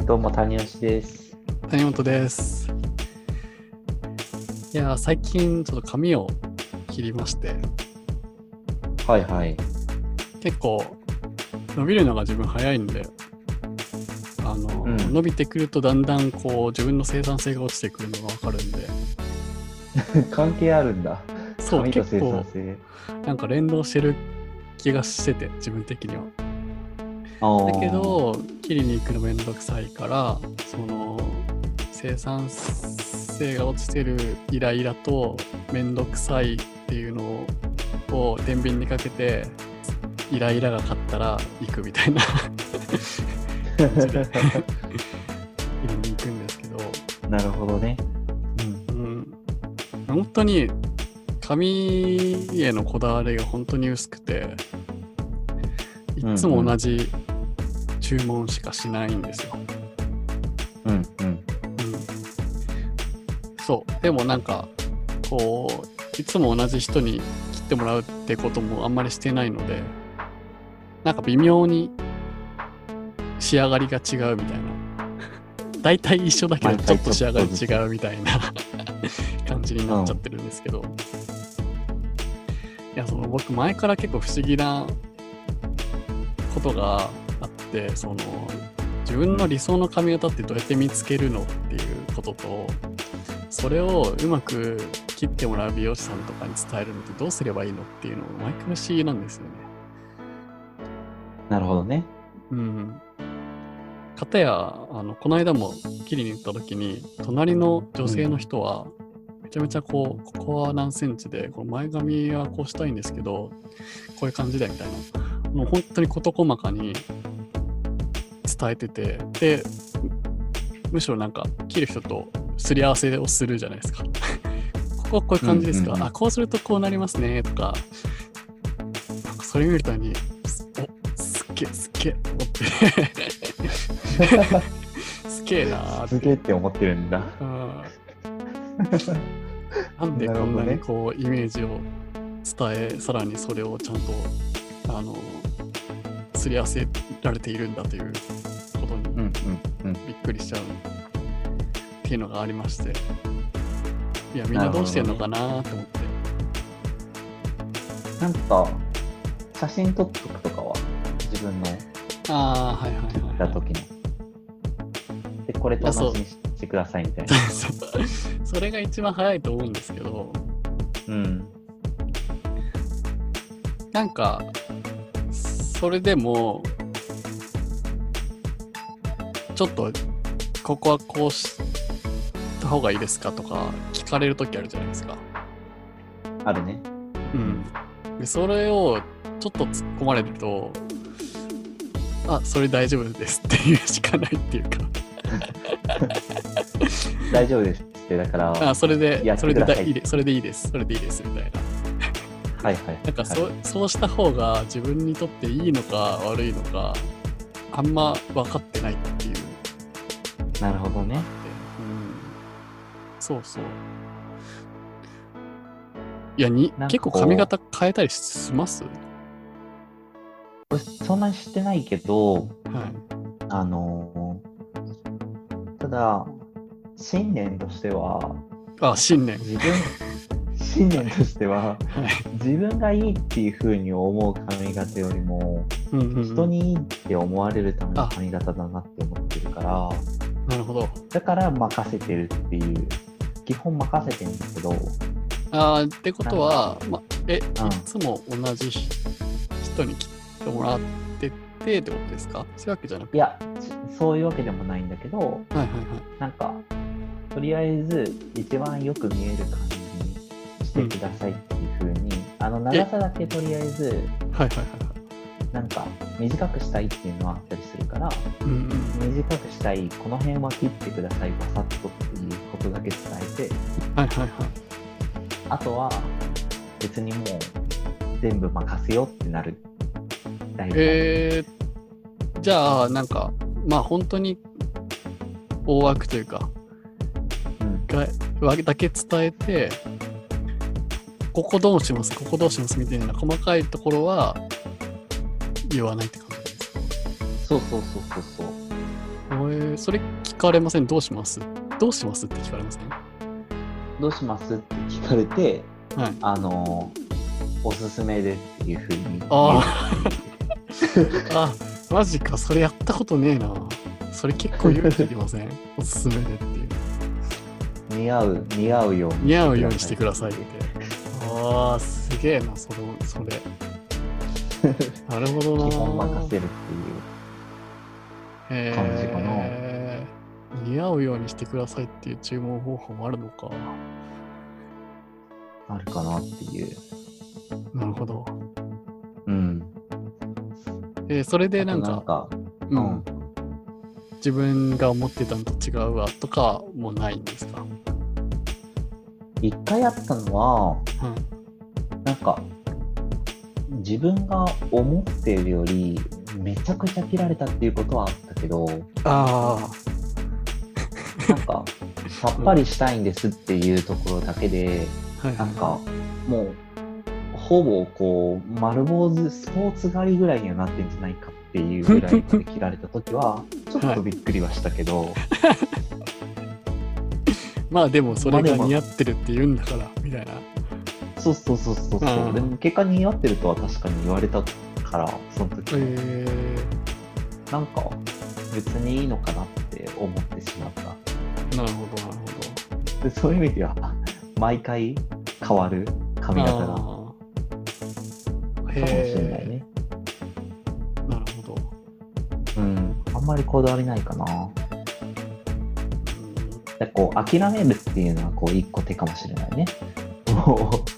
どうも谷吉です。 谷本です。いや、最近ちょっと髪を切りまして、 はいはい。 結構伸びるのが自分早いんで、伸びてくるとだんだんこう自分の生産性が落ちてくるのがわかるんで、 関係あるんだ。 そう、 髪と生結構産性。 なんか連動してる気がしてて、自分的には。だけあど、切りに行くのめんどくさいから、その生産性が落ちてるイライラとめんどくさいっていうのを天秤にかけて、イライラが勝ったら行くみたいな感じで切りに行くんですけど、 あ、なるほどね。 本当に髪へのこだわりが本当に薄くて、いつも同じ注文しかしないんですよ。そう。でもなんかこういつも同じ人に切ってもらうってこともあんまりしてないので、なんか微妙に仕上がりが違うみたいな。大体一緒だけどちょっと仕上がり違うみたいな感じになっちゃってるんですけど、いや、その僕前から結構不思議なことがあって、その自分の理想の髪型ってどうやって見つけるのっていうことと、それをうまく切ってもらう美容師さんとかに伝えるのってどうすればいいのっていうのが毎回不思議なんですよね。 なるほどね。 かたやこの間も切りに行った時に、隣の女性の人はめちゃめちゃここは何センチで、この前髪はこうしたいんですけど、こういう感じでみたいな、もう本当に事細かに伝えてて、でむしろなんか切る人とすり合わせをするじゃないですかこういう感じですか、あ、こうするとこうなりますねとか、なんかそれ見るたびにすっげえと思ってすげえなーって。 すげえって思ってるんだ。 なんでこんなにこうイメージを伝え、さらにそれをちゃんとすり合わせられているんだということにびっくりしちゃうっていうのがありまして、いや、みんなどうしてんのかなと思って。 なんか写真撮っとくとかは自分の切った時ので、これと同じにしてくださいみたいな。 それが一番早いと思うんですけど、なんかそれでもちょっとここはこうした方がいいですかとか聞かれる時あるじゃないですか。 あるね。 でそれをちょっと突っ込まれると、あ、それ大丈夫ですっていうしかないっていうか大丈夫ですって、だからそれでいいですみたいなはいなんかそうした方が自分にとっていいのか悪いのかあんま分かってないっていう。 なるほどね。 そうそう。いや結構髪型変えたりします？ そんなにしてないけど、ただ信念としては、信念としては、自分がいいっていう風に思う髪型よりも、人にいいって思われるための髪型だなって思ってるから、 なるほど。 だから任せてるっていう、基本任せてるんだけど。 ってことは、いつも同じ人に切ってもらっててってことですか？そういうわけじゃなくて。 いや、そういうわけでもないんだけど、なんかとりあえず一番よく見える感じにしてくださいっていう風に、長さだけとりあえずなんか短くしたいっていうのはあったりするから、短くしたい、この辺は切ってくださいバサッとっていうことだけ伝えて、あとは別にもう全部任せようってなる。 じゃあなんか本当に大枠というか、だけ伝えて、ここどうしますみたいな細かいところは言わないって感じですか？ そう。 それ聞かれません？どうします？どうしますって聞かれません？ どうしますって聞かれて、 はい。 おすすめでっていうふうにああ、マジか。それやったことねえな。それ結構勇気いりません？おすすめでっていう。 似合うように似合うようにしてくださいって。ああ、すげえな、それ。なるほどな。 基本任せるっていう感じかな。 似合うようにしてくださいっていう注文方法もあるのか。 あるかなっていう。 なるほど。 うん。 それでなんか、うん。自分が思ってたのと違うわとかもないんですか？ 一回あったのは、なんか自分が思っているよりめちゃくちゃ切られたっていうことはあったけど、なんかさっぱりしたいんですっていうところだけで、なんかもうほぼこう丸坊主スポーツ狩りぐらいにはなってんじゃないかっていうぐらいまで切られた時はちょっとびっくりはしたけど、 まあでもそれが似合ってるって言うんだからみたいな。 そう、でも結果似合ってるとは確かに言われたからその時、なんか別にいいのかなって思ってしまった。 なるほど。 でそういう意味では毎回変わる髪型がかもしれないね。 なるほど。 あんまりこだわりないかな。でこう諦めるっていうのはこう一個手かもしれないね。もう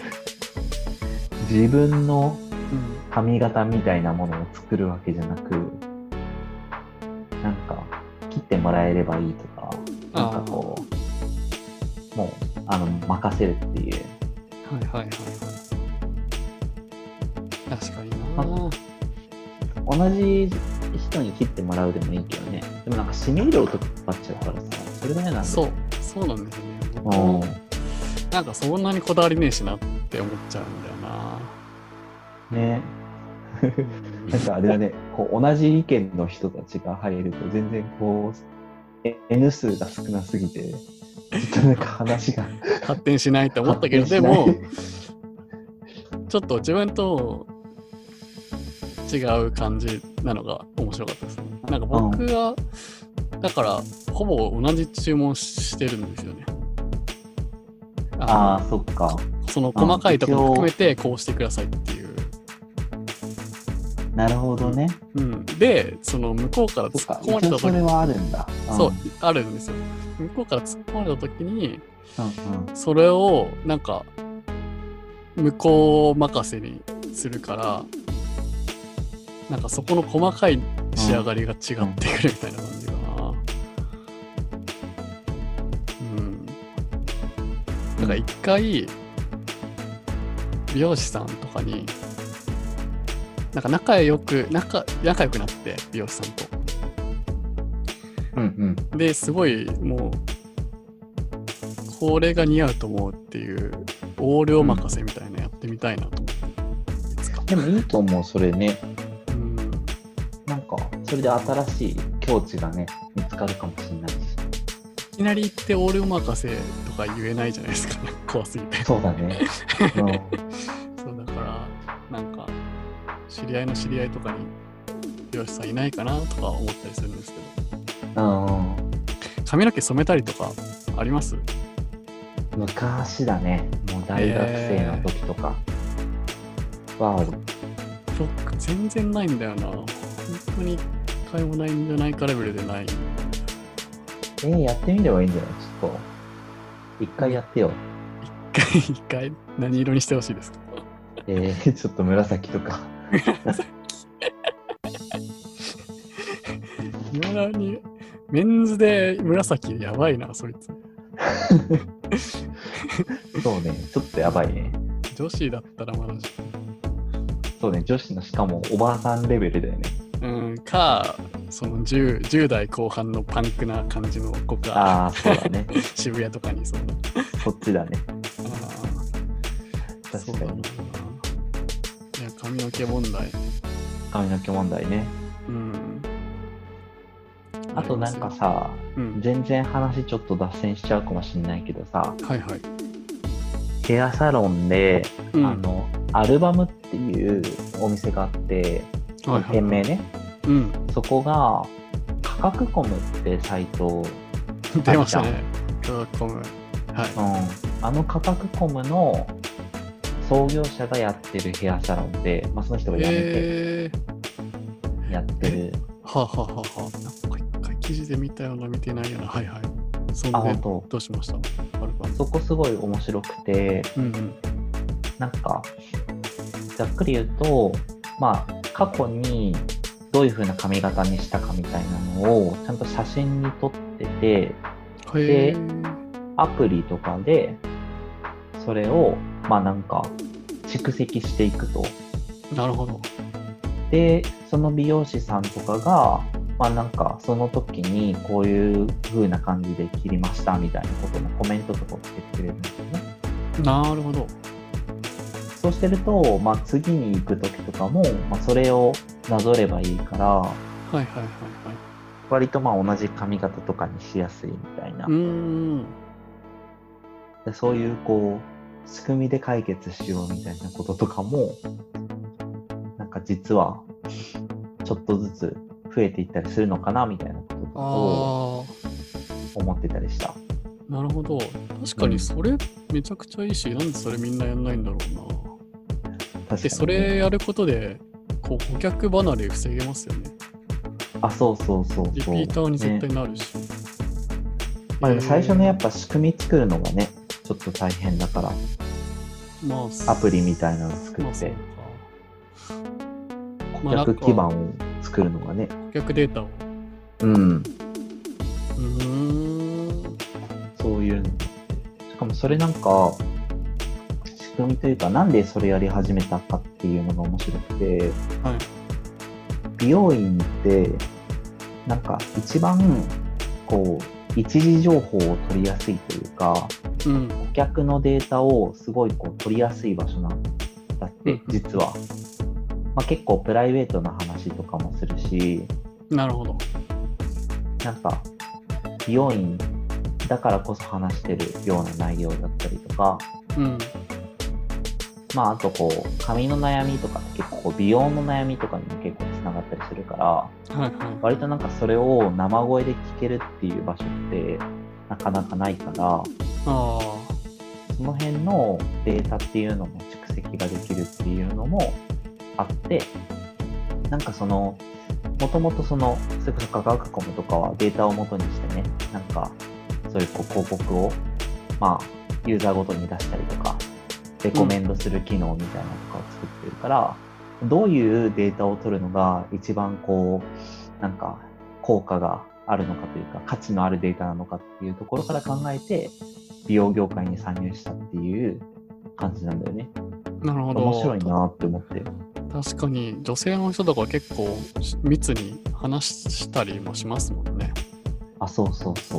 自分の髪型みたいなものを作るわけじゃなく、なんか切ってもらえればいいとか、なんかこうもう任せるっていう。 確かにな。 同じ人に切ってもらうでもいいけどね。でもなんかシミ色とかかっちゃうからさ、それが嫌なんだよ。 そうなんですよね。なんかそんなにこだわりねえしなって思っちゃうんだよな。 ね。なんかあれだね、こう同じ意見の人たちが入ると全然こう N 数が少なすぎて、ちょっとなんか話が発展しないって思ったけど、でもちょっと自分と違う感じなのが面白かったですね。なんか僕は、だからほぼ同じ注文してるんですよね。 そっか。 その細かいところも含めてこうしてくださいっていう。 なるほどね。 で、その向こうから突っ込まれた時に、 それはあるんだ。 そう、あるんですよ。向こうから突っ込まれた時に、それをなんか向こう任せにするから、なんかそこの細かい仕上がりが違ってくるみたいな感じかな。だから一回美容師さんとかになんか仲良くなって美容師さんと、ですごいもうこれが似合うと思うっていう横領任せみたいなやってみたいなと思って、 でもいいと思うそれね。なんかそれで新しい境地がね見つかるかもしれないし。 いきなり言って横領任せとか言えないじゃないですか、ね、怖すぎて。 そうだね。 そうだからなんか知り合いの知り合いとかに美容師さんいないかなとか思ったりするんですけど。髪の毛染めたりとかあります？ 昔だね。もう大学生の時とかはある。 僕全然ないんだよな。本当に一回もないんじゃないかレベルでない。 やってみればいいんじゃない？ちょっと一回やってよ。 一回何色にしてほしいですか？ ちょっと紫とか。 今だにメンズで紫やばいなそいつ。 そうね、ちょっとやばいね。 女子だったらまだそうね、女子のしかもおばあさんレベルだよね。 かその 10代後半のパンクな感じの子か。 そうだね。 渋谷とかにそっちだね。確かに。 いや髪の毛問題。 髪の毛問題ね。 あとなんかさ、全然話ちょっと脱線しちゃうかもしれないけどさ、 はいはい。 ヘアサロンで、アルバムっていうお店があって、店名ね、そこが価格コムってサイト出ましたね。価格コム。 はい。あの価格コムの創業者がやってるヘアサロンで、その人が辞めてやってる。 はあ、はあははあ、なんか一回記事で見たような見てないような。はいはい。そんでどうしました？ そこすごい面白くて、なんかざっくり言うと、過去にどういう風な髪型にしたかみたいなのをちゃんと写真に撮ってて、でアプリとかでそれをなんか蓄積していくと。 なるほど。 でその美容師さんとかがなんかその時にこういう風な感じで切りましたみたいなことのコメントとかをつけてくれるんですよね。 なるほど。 そうしてると、次に行く時とかも、それをなぞればいいから、割と同じ髪型とかにしやすいみたいな。でそういう仕組みで解決しようみたいなこととかもなんか実はちょっとずつ増えていったりするのかなみたいなことを思ってたりした。 なるほど。確かにそれめちゃくちゃいいし、なんでそれみんなやんないんだろうな。確かにね、でそれやることで顧客離れ防げますよね。 そうそうそう。 リピーターに絶対なるし。 でも最初のやっぱ仕組み作るのがねちょっと大変だから、アプリみたいなの作って、顧客基盤を作るのがね、 顧客データをそういうの。しかもそれなんか仕組みというか、なんでそれやり始めたかっていうのが面白くて、美容院ってなんか一番一時情報を取りやすいというか、顧客のデータをすごい取りやすい場所なんだって、実は。結構プライベートな話とかもするし、 なるほど。 なんか美容院だからこそ話してるような内容だったりとか、あと髪の悩みとかって結構美容の悩みとかにも結構つながったりするから、割となんかそれを生声で聞けるっていう場所ってなかなかないから、その辺のデータっていうのも蓄積ができるっていうのもあって、なんかもともとそれこそ価格コムとかはデータを元にしてね、なんかそういう広告をユーザーごとに出したりとかレコメンドする機能みたいなのとかを作ってるから、どういうデータを取るのが一番なんか効果があるのかというか価値のあるデータなのかっていうところから考えて美容業界に参入したっていう感じなんだよね。 なるほど。 面白いなって思って。 確かに女性の人とか結構密に話したりもしますもんね。 そうそうそう。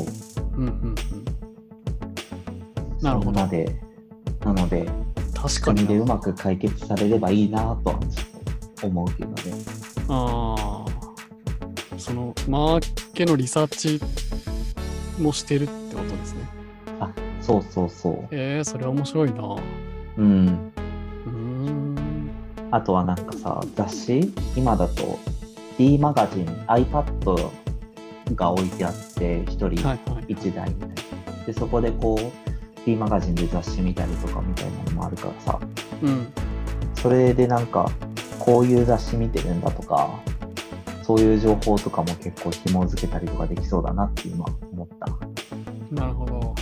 なるほど。 なので確かにでうまく解決されればいいなとは思うけどね。 そのマーケのリサーチもしてるってことですね。 そうそうそう。 それは面白いな。 あとはなんかさ、雑誌今だと D マガジン iPad が置いてあって1人1台みたいな、でそこでD マガジンで雑誌見たりとかみたいなのもあるからさ、それでなんかこういう雑誌見てるんだとか、そういう情報とかも結構紐付けたりとかできそうだなって今思った。 なるほど。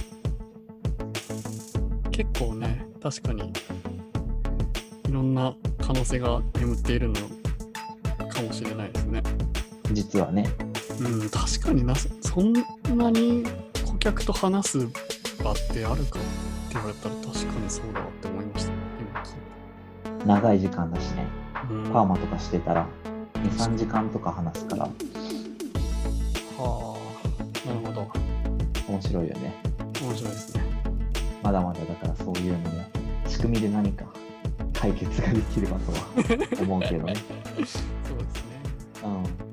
結構ね、確かにいろんな可能性が眠っているのかもしれないですね。 実はね。 確かにそんなに顧客と話す場ってあるかって言われたら確かにそうだわって思いました、今。 長い時間だしね。パーマとかしてたら 2,3 時間とか話すから。なるほど。 面白いよね。 面白いですね。 まだまだだからそういうのも仕組みで何か解決ができればとは思うけどね。 そうですね。